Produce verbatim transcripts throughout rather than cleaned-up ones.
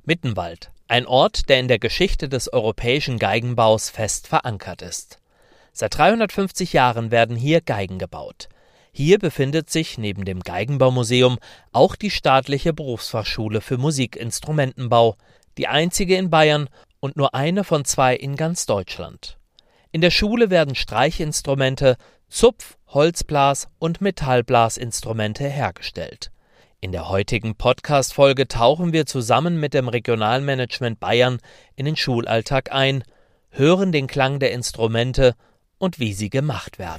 Mittenwald, ein Ort, der in der Geschichte des europäischen Geigenbaus fest verankert ist. Seit dreihundertfünfzig Jahren werden hier Geigen gebaut. Hier befindet sich neben dem Geigenbaumuseum auch die staatliche Berufsfachschule für Musikinstrumentenbau, die einzige in Bayern und nur eine von zwei in ganz Deutschland. In der Schule werden Streichinstrumente, Zupf-, Holzblas- und Metallblasinstrumente hergestellt. In der heutigen Podcast-Folge tauchen wir zusammen mit dem Regionalmanagement Bayern in den Schulalltag ein, hören den Klang der Instrumente und wie sie gemacht werden.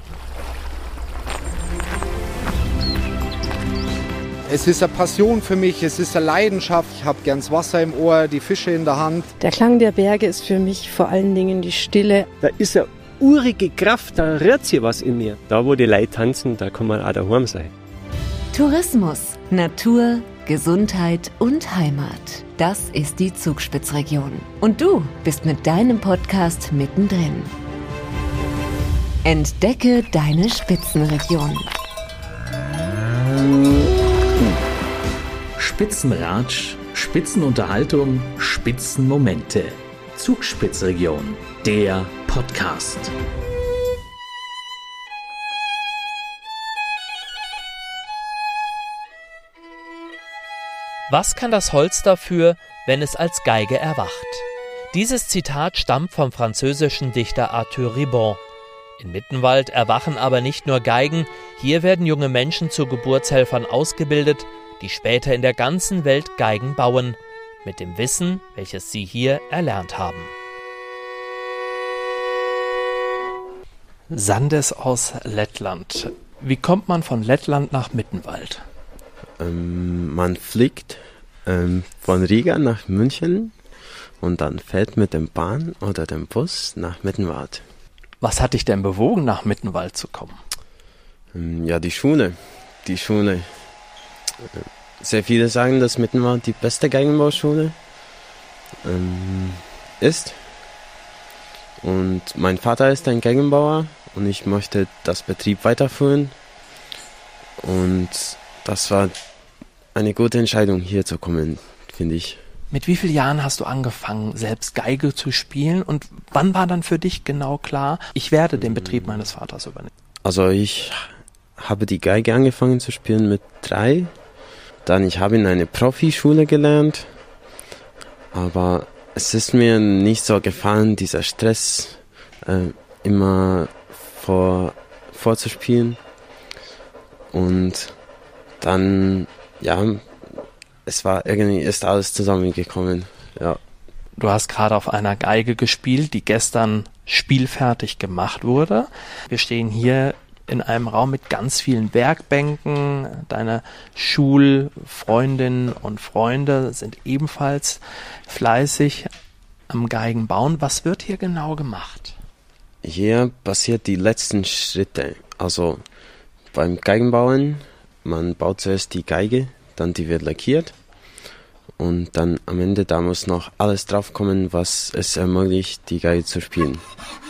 Es ist eine Passion für mich, es ist eine Leidenschaft. Ich habe gern das Wasser im Ohr, die Fische in der Hand. Der Klang der Berge ist für mich vor allen Dingen die Stille. Da ist eine urige Kraft, da rührt sich was in mir. Da, wo die Leute tanzen, da kann man auch daheim sein. Tourismus, Natur, Gesundheit und Heimat. Das ist die Zugspitzregion. Und du bist mit deinem Podcast mittendrin. Entdecke deine Spitzenregion. Spitzenratsch, Spitzenunterhaltung, Spitzenmomente. Zugspitzregion, der Podcast. Was kann das Holz dafür, wenn es als Geige erwacht? Dieses Zitat stammt vom französischen Dichter Arthur Rimbaud. In Mittenwald erwachen aber nicht nur Geigen, hier werden junge Menschen zu Geburtshelfern ausgebildet, die später in der ganzen Welt Geigen bauen, mit dem Wissen, welches sie hier erlernt haben. Sandes aus Lettland. Wie kommt man von Lettland nach Mittenwald? Ähm, man fliegt ähm, von Riga nach München und dann fährt mit dem Bahn oder dem Bus nach Mittenwald. Was hat dich denn bewogen, nach Mittenwald zu kommen? Ähm, ja, die Schule. Die Schule. Sehr viele sagen, dass Mittenwald die beste Geigenbauschule ähm, ist. Und mein Vater ist ein Geigenbauer und ich möchte das Betrieb weiterführen. Und das war eine gute Entscheidung, hier zu kommen, finde ich. Mit wie vielen Jahren hast du angefangen, selbst Geige zu spielen? Und wann war dann für dich genau klar, ich werde den Betrieb meines Vaters übernehmen? Also ich habe die Geige angefangen zu spielen mit drei. Dann ich habe in eine Profischule gelernt. Aber es ist mir nicht so gefallen, dieser Stress äh, immer vor, vorzuspielen. Und dann, ja, es war irgendwie, ist alles zusammengekommen, ja. Du hast gerade auf einer Geige gespielt, die gestern spielfertig gemacht wurde. Wir stehen hier in einem Raum mit ganz vielen Werkbänken. Deine Schulfreundinnen und Freunde sind ebenfalls fleißig am Geigenbauen. Was wird hier genau gemacht? Hier passiert die letzten Schritte. Also beim Geigenbauen, man baut zuerst die Geige, dann die wird lackiert und dann am Ende da muss noch alles draufkommen, was es ermöglicht, die Geige zu spielen.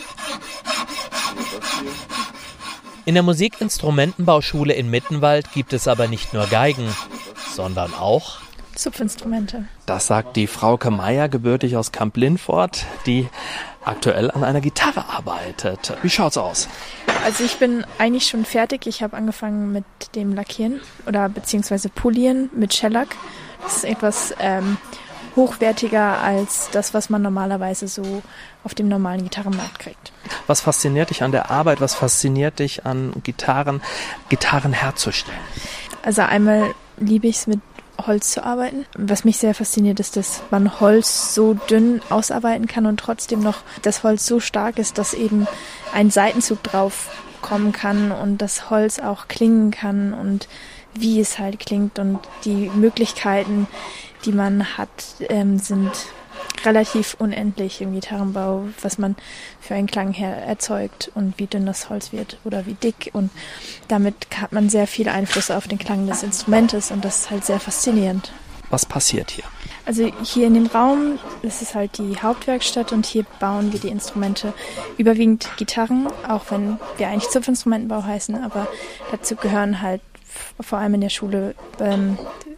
In der Musikinstrumentenbauschule in Mittenwald gibt es aber nicht nur Geigen, sondern auch Zupfinstrumente. Das sagt die Frauke Meier, gebürtig aus Kamp-Lindfort, die aktuell an einer Gitarre arbeitet. Wie schaut's aus? Also ich bin eigentlich schon fertig. Ich habe angefangen mit dem Lackieren oder beziehungsweise Polieren mit Shellac. Das ist etwas ähm, hochwertiger als das, was man normalerweise so auf dem normalen Gitarrenmarkt kriegt. Was fasziniert dich an der Arbeit? Was fasziniert dich an Gitarren, Gitarren herzustellen? Also einmal liebe ich es, mit Holz zu arbeiten. Was mich sehr fasziniert, ist, dass man Holz so dünn ausarbeiten kann und trotzdem noch das Holz so stark ist, dass eben ein Seitenzug drauf kommen kann und das Holz auch klingen kann und wie es halt klingt. Und die Möglichkeiten, die man hat, ähm, sind relativ unendlich im Gitarrenbau, was man für einen Klang her erzeugt und wie dünn das Holz wird oder wie dick. Und damit hat man sehr viel Einfluss auf den Klang des Instrumentes und das ist halt sehr faszinierend. Was passiert hier? Also hier in dem Raum, das ist halt die Hauptwerkstatt und hier bauen wir die Instrumente, überwiegend Gitarren, auch wenn wir eigentlich Zupfinstrumentenbau heißen, aber dazu gehören halt vor allem in der Schule ähm,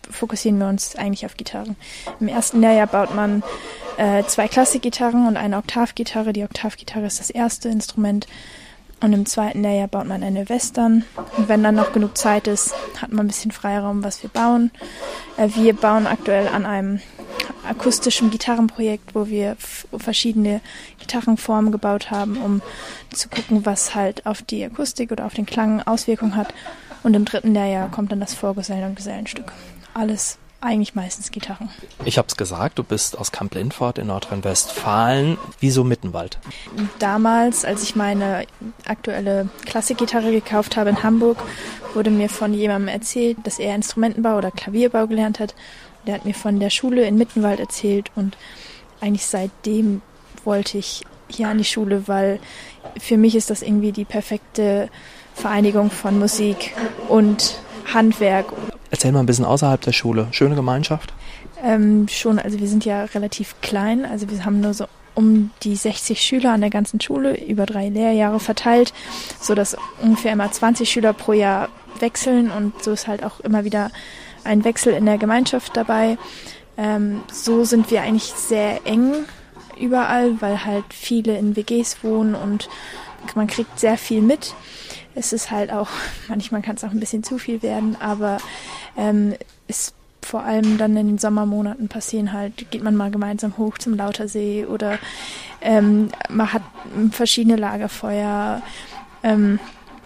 fokussieren wir uns eigentlich auf Gitarren. Im ersten Lehrjahr baut man äh, zwei Klassikgitarren und eine Oktavgitarre. Die Oktavgitarre ist das erste Instrument. Und im zweiten Lehrjahr baut man eine Western. Und wenn dann noch genug Zeit ist, hat man ein bisschen Freiraum, was wir bauen. Äh, wir bauen aktuell an einem akustischen Gitarrenprojekt, wo wir f- verschiedene Gitarrenformen gebaut haben, um zu gucken, was halt auf die Akustik oder auf den Klang Auswirkungen hat. Und im dritten Lehrjahr kommt dann das Vorgesellen und Gesellenstück. Alles eigentlich meistens Gitarren. Ich habe es gesagt, du bist aus Kamp-Lintfort in Nordrhein-Westfalen. Wieso Mittenwald? Damals, als ich meine aktuelle Klassikgitarre gekauft habe in Hamburg, wurde mir von jemandem erzählt, dass er Instrumentenbau oder Klavierbau gelernt hat. Der hat mir von der Schule in Mittenwald erzählt und eigentlich seitdem wollte ich hier an die Schule, weil für mich ist das irgendwie die perfekte Vereinigung von Musik und Handwerk. Erzähl mal ein bisschen außerhalb der Schule. Schöne Gemeinschaft? Ähm, schon, also wir sind ja relativ klein, also wir haben nur so um die sechzig Schüler an der ganzen Schule über drei Lehrjahre verteilt, sodass ungefähr immer zwanzig Schüler pro Jahr wechseln und so ist halt auch immer wieder ein Wechsel in der Gemeinschaft dabei. Ähm, so sind wir eigentlich sehr eng überall, weil halt viele in W Gs wohnen und man kriegt sehr viel mit. Es ist halt auch, manchmal kann es auch ein bisschen zu viel werden, aber ähm, ist vor allem dann in den Sommermonaten passieren halt, geht man mal gemeinsam hoch zum Lautersee oder ähm, man hat verschiedene Lagerfeuer. Ähm,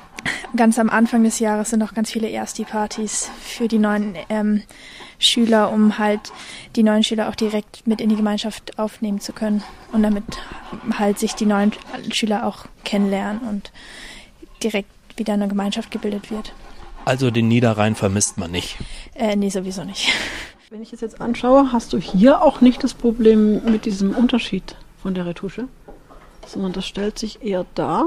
ganz am Anfang des Jahres sind auch ganz viele Ersti-Partys für die neuen ähm, Schüler, um halt die neuen Schüler auch direkt mit in die Gemeinschaft aufnehmen zu können und damit halt sich die neuen Schüler auch kennenlernen und direkt wieder eine Gemeinschaft gebildet wird. Also den Niederrhein vermisst man nicht? Äh, nee, sowieso nicht. Wenn ich es jetzt anschaue, hast du hier auch nicht das Problem mit diesem Unterschied von der Retusche, sondern das stellt sich eher da,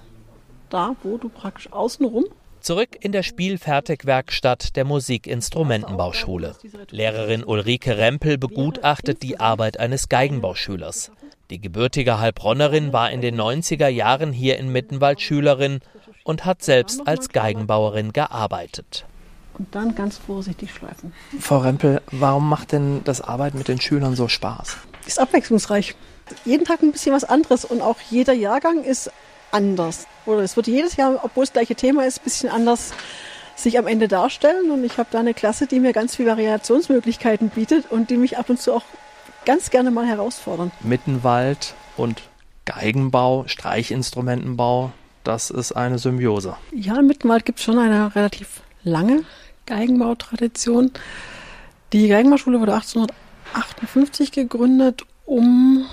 da wo du praktisch außenrum. Zurück in der Spielfertigwerkstatt der Musikinstrumentenbauschule. Lehrerin Ulrike Rempel begutachtet die Arbeit eines Geigenbauschülers. Die gebürtige Heilbronnerin war in den neunziger Jahren hier in Mittenwald Schülerin und hat selbst als Geigenbauerin gearbeitet. Und dann ganz vorsichtig schleifen. Frau Rempel, warum macht denn das Arbeiten mit den Schülern so Spaß? Ist abwechslungsreich. Jeden Tag ein bisschen was anderes und auch jeder Jahrgang ist anders. Oder es wird jedes Jahr, obwohl es das gleiche Thema ist, ein bisschen anders sich am Ende darstellen. Und ich habe da eine Klasse, die mir ganz viele Variationsmöglichkeiten bietet und die mich ab und zu auch ganz gerne mal herausfordern. Mittenwald und Geigenbau, Streichinstrumentenbau, das ist eine Symbiose. Ja, in Mittenwald gibt es schon eine relativ lange Geigenbautradition. Die Geigenbauschule wurde achtzehnhundertachtundfünfzig gegründet, um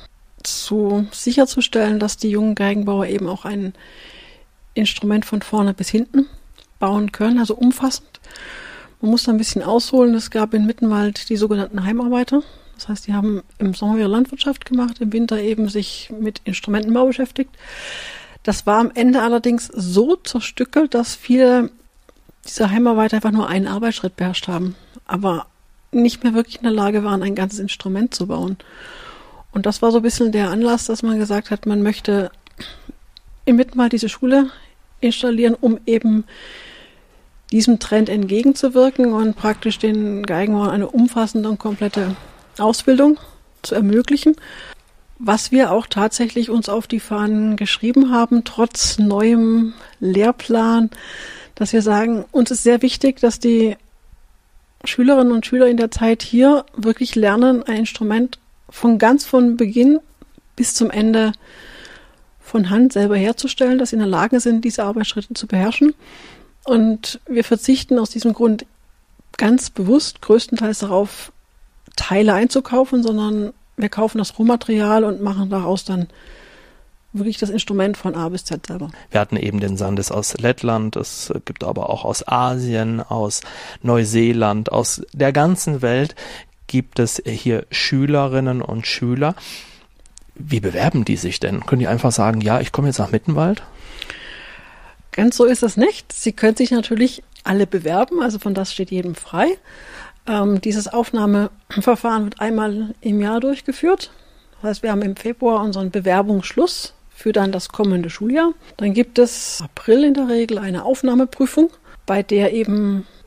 zu sicherzustellen, dass die jungen Geigenbauer eben auch ein Instrument von vorne bis hinten bauen können, also umfassend. Man muss da ein bisschen ausholen. Es gab in Mittenwald die sogenannten Heimarbeiter. Das heißt, die haben im Sommer ihre Landwirtschaft gemacht, im Winter eben sich mit Instrumentenbau beschäftigt. Das war am Ende allerdings so zerstückelt, dass viele dieser Heimarbeiter einfach nur einen Arbeitsschritt beherrscht haben, aber nicht mehr wirklich in der Lage waren, ein ganzes Instrument zu bauen. Und das war so ein bisschen der Anlass, dass man gesagt hat, man möchte im Mittenwald diese Schule installieren, um eben diesem Trend entgegenzuwirken und praktisch den Geigenbauern eine umfassende und komplette Ausbildung zu ermöglichen. Was wir auch tatsächlich uns auf die Fahnen geschrieben haben, trotz neuem Lehrplan, dass wir sagen, uns ist sehr wichtig, dass die Schülerinnen und Schüler in der Zeit hier wirklich lernen, ein Instrument von ganz von Beginn bis zum Ende von Hand selber herzustellen, dass sie in der Lage sind, diese Arbeitsschritte zu beherrschen. Und wir verzichten aus diesem Grund ganz bewusst größtenteils darauf, Teile einzukaufen, sondern wir kaufen das Rohmaterial und machen daraus dann wirklich das Instrument von A bis Z selber. Wir hatten eben den Sandis aus Lettland, es gibt aber auch aus Asien, aus Neuseeland, aus der ganzen Welt gibt es hier Schülerinnen und Schüler. Wie bewerben die sich denn? Können die einfach sagen, ja, ich komme jetzt nach Mittenwald? Ganz so ist es nicht. Sie können sich natürlich alle bewerben, also von das steht jedem frei. Ähm, dieses Aufnahmeverfahren wird einmal im Jahr durchgeführt. Das heißt, wir haben im Februar unseren Bewerbungsschluss für dann das kommende Schuljahr. Dann gibt es April in der Regel eine Aufnahmeprüfung, bei der eben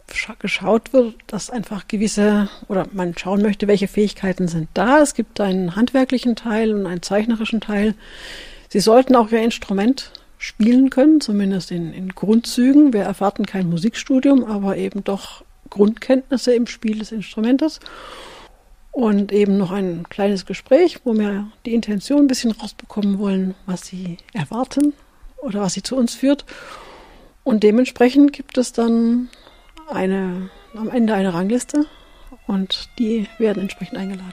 geschaut wird, dass einfach gewisse, oder man schauen möchte, welche Fähigkeiten sind da. Es gibt einen handwerklichen Teil und einen zeichnerischen Teil. Sie sollten auch ihr Instrument spielen können, zumindest in, in Grundzügen. Wir erwarten kein Musikstudium, aber eben doch Grundkenntnisse im Spiel des Instrumentes. Und eben noch ein kleines Gespräch, wo wir die Intention ein bisschen rausbekommen wollen, was sie erwarten oder was sie zu uns führt. Und dementsprechend gibt es dann eine, am Ende eine Rangliste und die werden entsprechend eingeladen.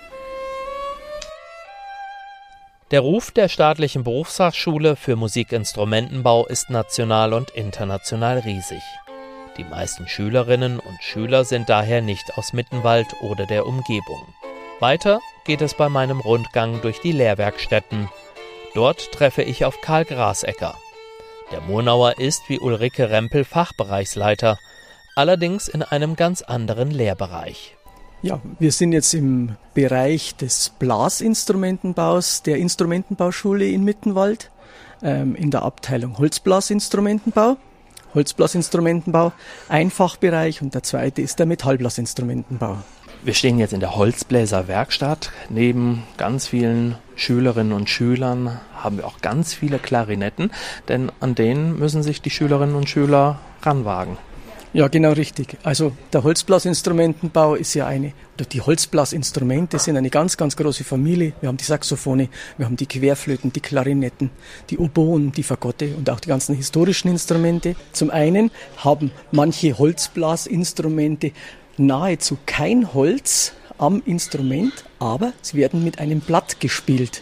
Der Ruf der staatlichen Berufsfachschule für Musikinstrumentenbau ist national und international riesig. Die meisten Schülerinnen und Schüler sind daher nicht aus Mittenwald oder der Umgebung. Weiter geht es bei meinem Rundgang durch die Lehrwerkstätten. Dort treffe ich auf Karl Grasecker. Der Murnauer ist wie Ulrike Rempel Fachbereichsleiter, allerdings in einem ganz anderen Lehrbereich. Ja, wir sind jetzt im Bereich des Blasinstrumentenbaus der Instrumentenbauschule in Mittenwald, ähm, in der Abteilung Holzblasinstrumentenbau. Holzblasinstrumentenbau, ein Fachbereich, und der zweite ist der Metallblasinstrumentenbau. Wir stehen jetzt in der Holzbläserwerkstatt. Neben ganz vielen Schülerinnen und Schülern haben wir auch ganz viele Klarinetten, denn an denen müssen sich die Schülerinnen und Schüler ranwagen. Ja, genau richtig. Also der Holzblasinstrumentenbau ist ja eine, oder die Holzblasinstrumente sind eine ganz, ganz große Familie. Wir haben die Saxophone, wir haben die Querflöten, die Klarinetten, die Oboen, die Fagotte und auch die ganzen historischen Instrumente. Zum einen haben manche Holzblasinstrumente nahezu kein Holz am Instrument, aber sie werden mit einem Blatt gespielt.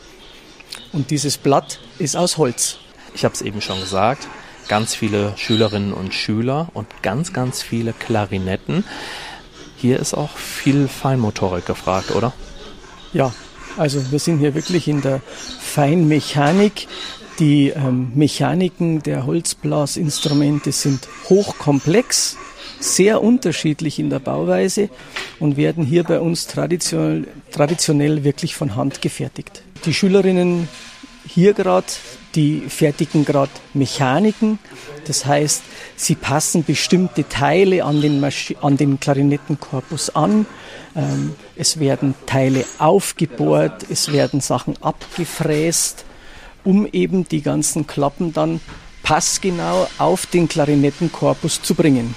Und dieses Blatt ist aus Holz. Ich habe es eben schon gesagt. Ganz viele Schülerinnen und Schüler und ganz, ganz viele Klarinetten. Hier ist auch viel Feinmotorik gefragt, oder? Ja, also wir sind hier wirklich in der Feinmechanik. Die ähm, Mechaniken der Holzblasinstrumente sind hochkomplex, sehr unterschiedlich in der Bauweise und werden hier bei uns traditionell, traditionell wirklich von Hand gefertigt. Die Schülerinnen hier gerade, die fertigen gerade Mechaniken, das heißt, sie passen bestimmte Teile an den, Maschi- an den Klarinettenkorpus an. Ähm, es werden Teile aufgebohrt, es werden Sachen abgefräst, um eben die ganzen Klappen dann passgenau auf den Klarinettenkorpus zu bringen.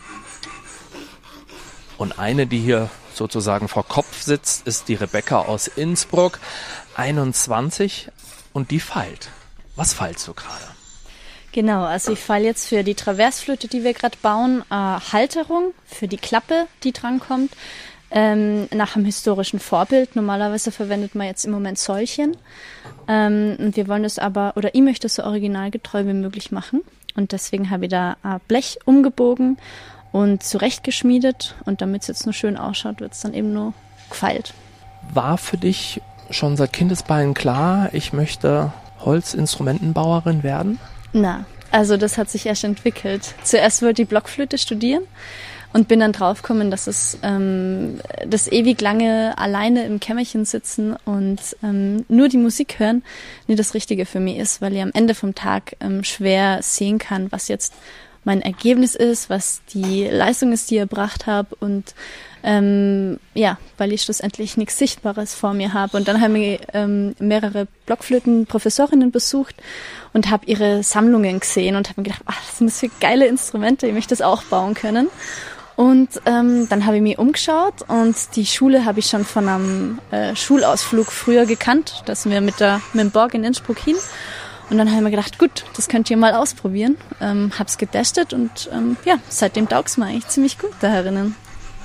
Und eine, die hier sozusagen vor Kopf sitzt, ist die Rebecca aus Innsbruck, einundzwanzig, und die feilt. Was feilst du gerade? Genau, also ich feile jetzt für die Traversflöte, die wir gerade bauen, äh, Halterung für die Klappe, die drankommt, ähm, nach einem historischen Vorbild. Normalerweise verwendet man jetzt im Moment Säulchen. Ähm, und wir wollen das aber, oder ich möchte es so originalgetreu wie möglich machen. Und deswegen habe ich da äh, Blech umgebogen und zurechtgeschmiedet. Und damit es jetzt nur schön ausschaut, wird es dann eben nur gefeilt. War für dich schon seit Kindesbeinen klar, ich möchte Holzinstrumentenbauerin werden? Na, also das hat sich erst entwickelt. Zuerst wollte ich Blockflöte studieren und bin dann draufgekommen, dass es ähm, das ewig lange alleine im Kämmerchen sitzen und ähm, nur die Musik hören nicht das Richtige für mich ist, weil ich am Ende vom Tag ähm, schwer sehen kann, was jetzt mein Ergebnis ist, was die Leistung ist, die ich erbracht habe und ähm, ja, weil ich schlussendlich nichts Sichtbares vor mir habe. Und dann haben wir ähm, mehrere Blockflöten-Professorinnen besucht und habe ihre Sammlungen gesehen und habe mir gedacht, ach, das sind das für geile Instrumente, ich möchte das auch bauen können. Und ähm, dann habe ich mich umgeschaut und die Schule habe ich schon von einem äh, Schulausflug früher gekannt. Da sind wir mit, der, mit dem Borg in Innsbruck hin. Und dann habe ich mir gedacht, gut, das könnt ihr mal ausprobieren. Ähm, hab's getestet und ähm, ja, seitdem taugt's mir eigentlich ziemlich gut da herinnen.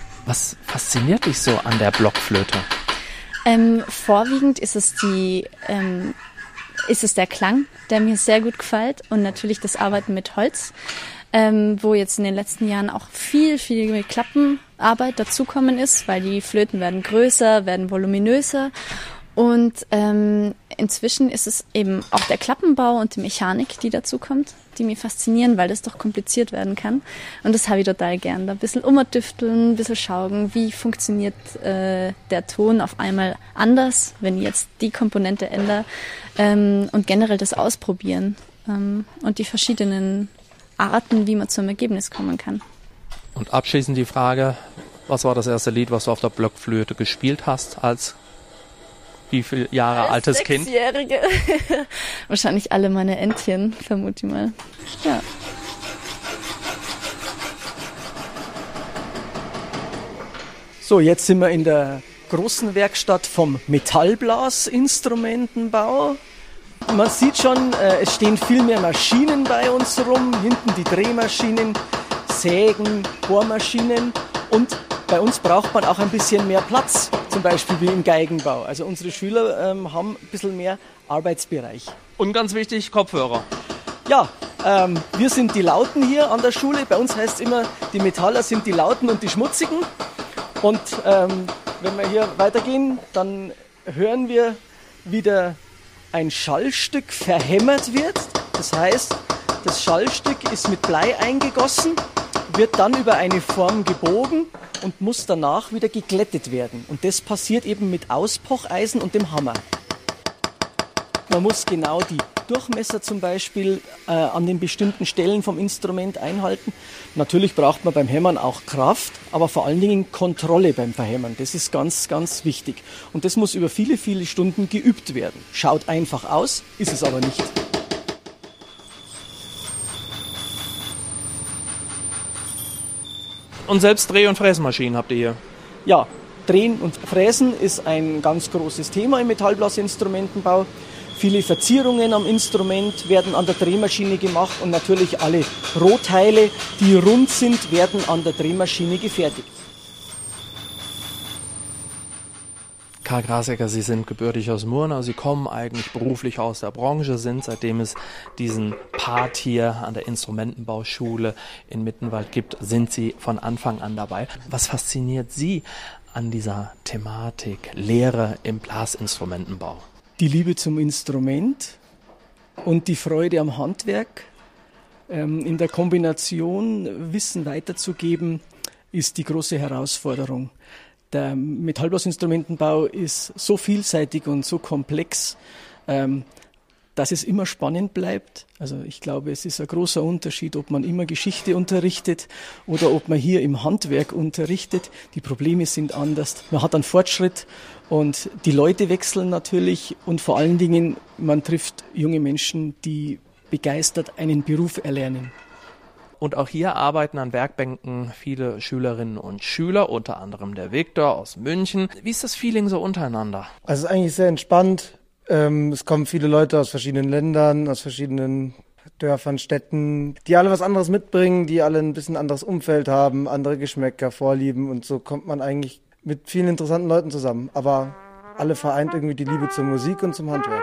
Was fasziniert dich so an der Blockflöte? Ähm, vorwiegend ist es die, ähm, ist es der Klang, der mir sehr gut gefällt und natürlich das Arbeiten mit Holz, ähm, wo jetzt in den letzten Jahren auch viel, viel Klappenarbeit dazukommen ist, weil die Flöten werden größer, werden voluminöser. Und ähm, inzwischen ist es eben auch der Klappenbau und die Mechanik, die dazu kommt, die mich faszinieren, weil das doch kompliziert werden kann. Und das habe ich total gern. Da ein bisschen umtüfteln, ein bisschen schauen, wie funktioniert äh, der Ton auf einmal anders, wenn ich jetzt die Komponente ändere. Ähm, und generell das Ausprobieren ähm, und die verschiedenen Arten, wie man zum Ergebnis kommen kann. Und abschließend die Frage, was war das erste Lied, was du auf der Blockflöte gespielt hast als wie viele Jahre als altes Kind? Sechsjährige. Wahrscheinlich alle meine Entchen, vermute ich mal. Ja. So, jetzt sind wir in der großen Werkstatt vom Metallblasinstrumentenbau. Man sieht schon, äh, es stehen viel mehr Maschinen bei uns rum. Hinten die Drehmaschinen, Sägen, Bohrmaschinen. Und bei uns braucht man auch ein bisschen mehr Platz, zum Beispiel wie im Geigenbau. Also unsere Schüler ähm, haben ein bisschen mehr Arbeitsbereich. Und ganz wichtig, Kopfhörer. Ja, ähm, wir sind die Lauten hier an der Schule. Bei uns heißt es immer, die Metaller sind die Lauten und die Schmutzigen. Und ähm, wenn wir hier weitergehen, dann hören wir, wie der, ein Schallstück verhämmert wird. Das heißt, das Schallstück ist mit Blei eingegossen, wird dann über eine Form gebogen und muss danach wieder geglättet werden. Und das passiert eben mit Auspocheisen und dem Hammer. Man muss genau die Durchmesser zum Beispiel äh, an den bestimmten Stellen vom Instrument einhalten. Natürlich braucht man beim Hämmern auch Kraft, aber vor allen Dingen Kontrolle beim Verhämmern. Das ist ganz, ganz wichtig. Und das muss über viele, viele Stunden geübt werden. Schaut einfach aus, ist es aber nicht. Und selbst Dreh- und Fräsmaschinen habt ihr hier? Ja, Drehen und Fräsen ist ein ganz großes Thema im Metallblasinstrumentenbau. Viele Verzierungen am Instrument werden an der Drehmaschine gemacht und natürlich alle Rohteile, die rund sind, werden an der Drehmaschine gefertigt. Karl Grasecker, Sie sind gebürtig aus Murnau, Sie kommen eigentlich beruflich aus der Branche, sind, seitdem es diesen Part hier an der Instrumentenbauschule in Mittenwald gibt, sind Sie von Anfang an dabei. Was fasziniert Sie an dieser Thematik Lehre im Blasinstrumentenbau? Die Liebe zum Instrument und die Freude am Handwerk. Ähm, in der Kombination Wissen weiterzugeben, ist die große Herausforderung. Der Metallblasinstrumentenbau ist so vielseitig und so komplex, ähm, dass es immer spannend bleibt. Also ich glaube, es ist ein großer Unterschied, ob man immer Geschichte unterrichtet oder ob man hier im Handwerk unterrichtet. Die Probleme sind anders. Man hat einen Fortschritt und die Leute wechseln natürlich und vor allen Dingen, man trifft junge Menschen, die begeistert einen Beruf erlernen. Und auch hier arbeiten an Werkbänken viele Schülerinnen und Schüler, unter anderem der Viktor aus München. Wie ist das Feeling so untereinander? Also es ist eigentlich sehr entspannt. Ähm, es kommen viele Leute aus verschiedenen Ländern, aus verschiedenen Dörfern, Städten, die alle was anderes mitbringen, die alle ein bisschen anderes Umfeld haben, andere Geschmäcker, Vorlieben und so kommt man eigentlich mit vielen interessanten Leuten zusammen. Aber alle vereint irgendwie die Liebe zur Musik und zum Handwerk.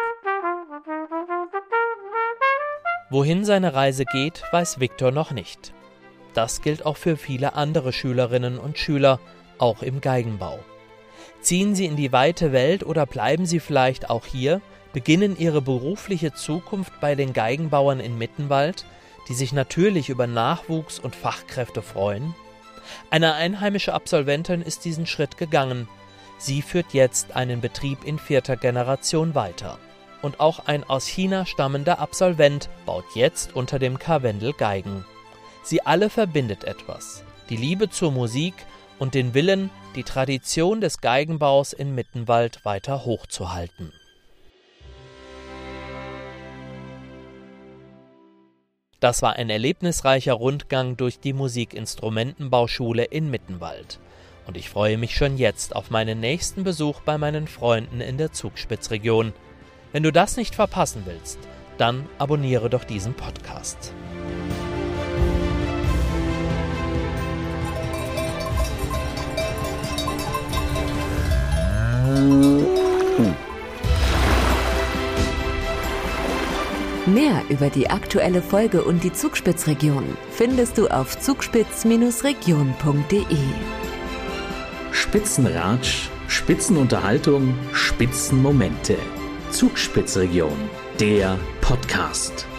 Wohin seine Reise geht, weiß Viktor noch nicht. Das gilt auch für viele andere Schülerinnen und Schüler, auch im Geigenbau. Ziehen sie in die weite Welt oder bleiben sie vielleicht auch hier, beginnen ihre berufliche Zukunft bei den Geigenbauern in Mittenwald, die sich natürlich über Nachwuchs und Fachkräfte freuen? Eine einheimische Absolventin ist diesen Schritt gegangen. Sie führt jetzt einen Betrieb in vierter Generation weiter. Und auch ein aus China stammender Absolvent baut jetzt unter dem Karwendel Geigen. Sie alle verbindet etwas: die Liebe zur Musik und den Willen, die Tradition des Geigenbaus in Mittenwald weiter hochzuhalten. Das war ein erlebnisreicher Rundgang durch die Musikinstrumentenbauschule in Mittenwald. Und ich freue mich schon jetzt auf meinen nächsten Besuch bei meinen Freunden in der Zugspitzregion. Wenn du das nicht verpassen willst, dann abonniere doch diesen Podcast. Mehr über die aktuelle Folge und die Zugspitzregion findest du auf zugspitz Region punkt de. Spitzenratsch, Spitzenunterhaltung, Spitzenmomente. Zugspitzregion, der Podcast.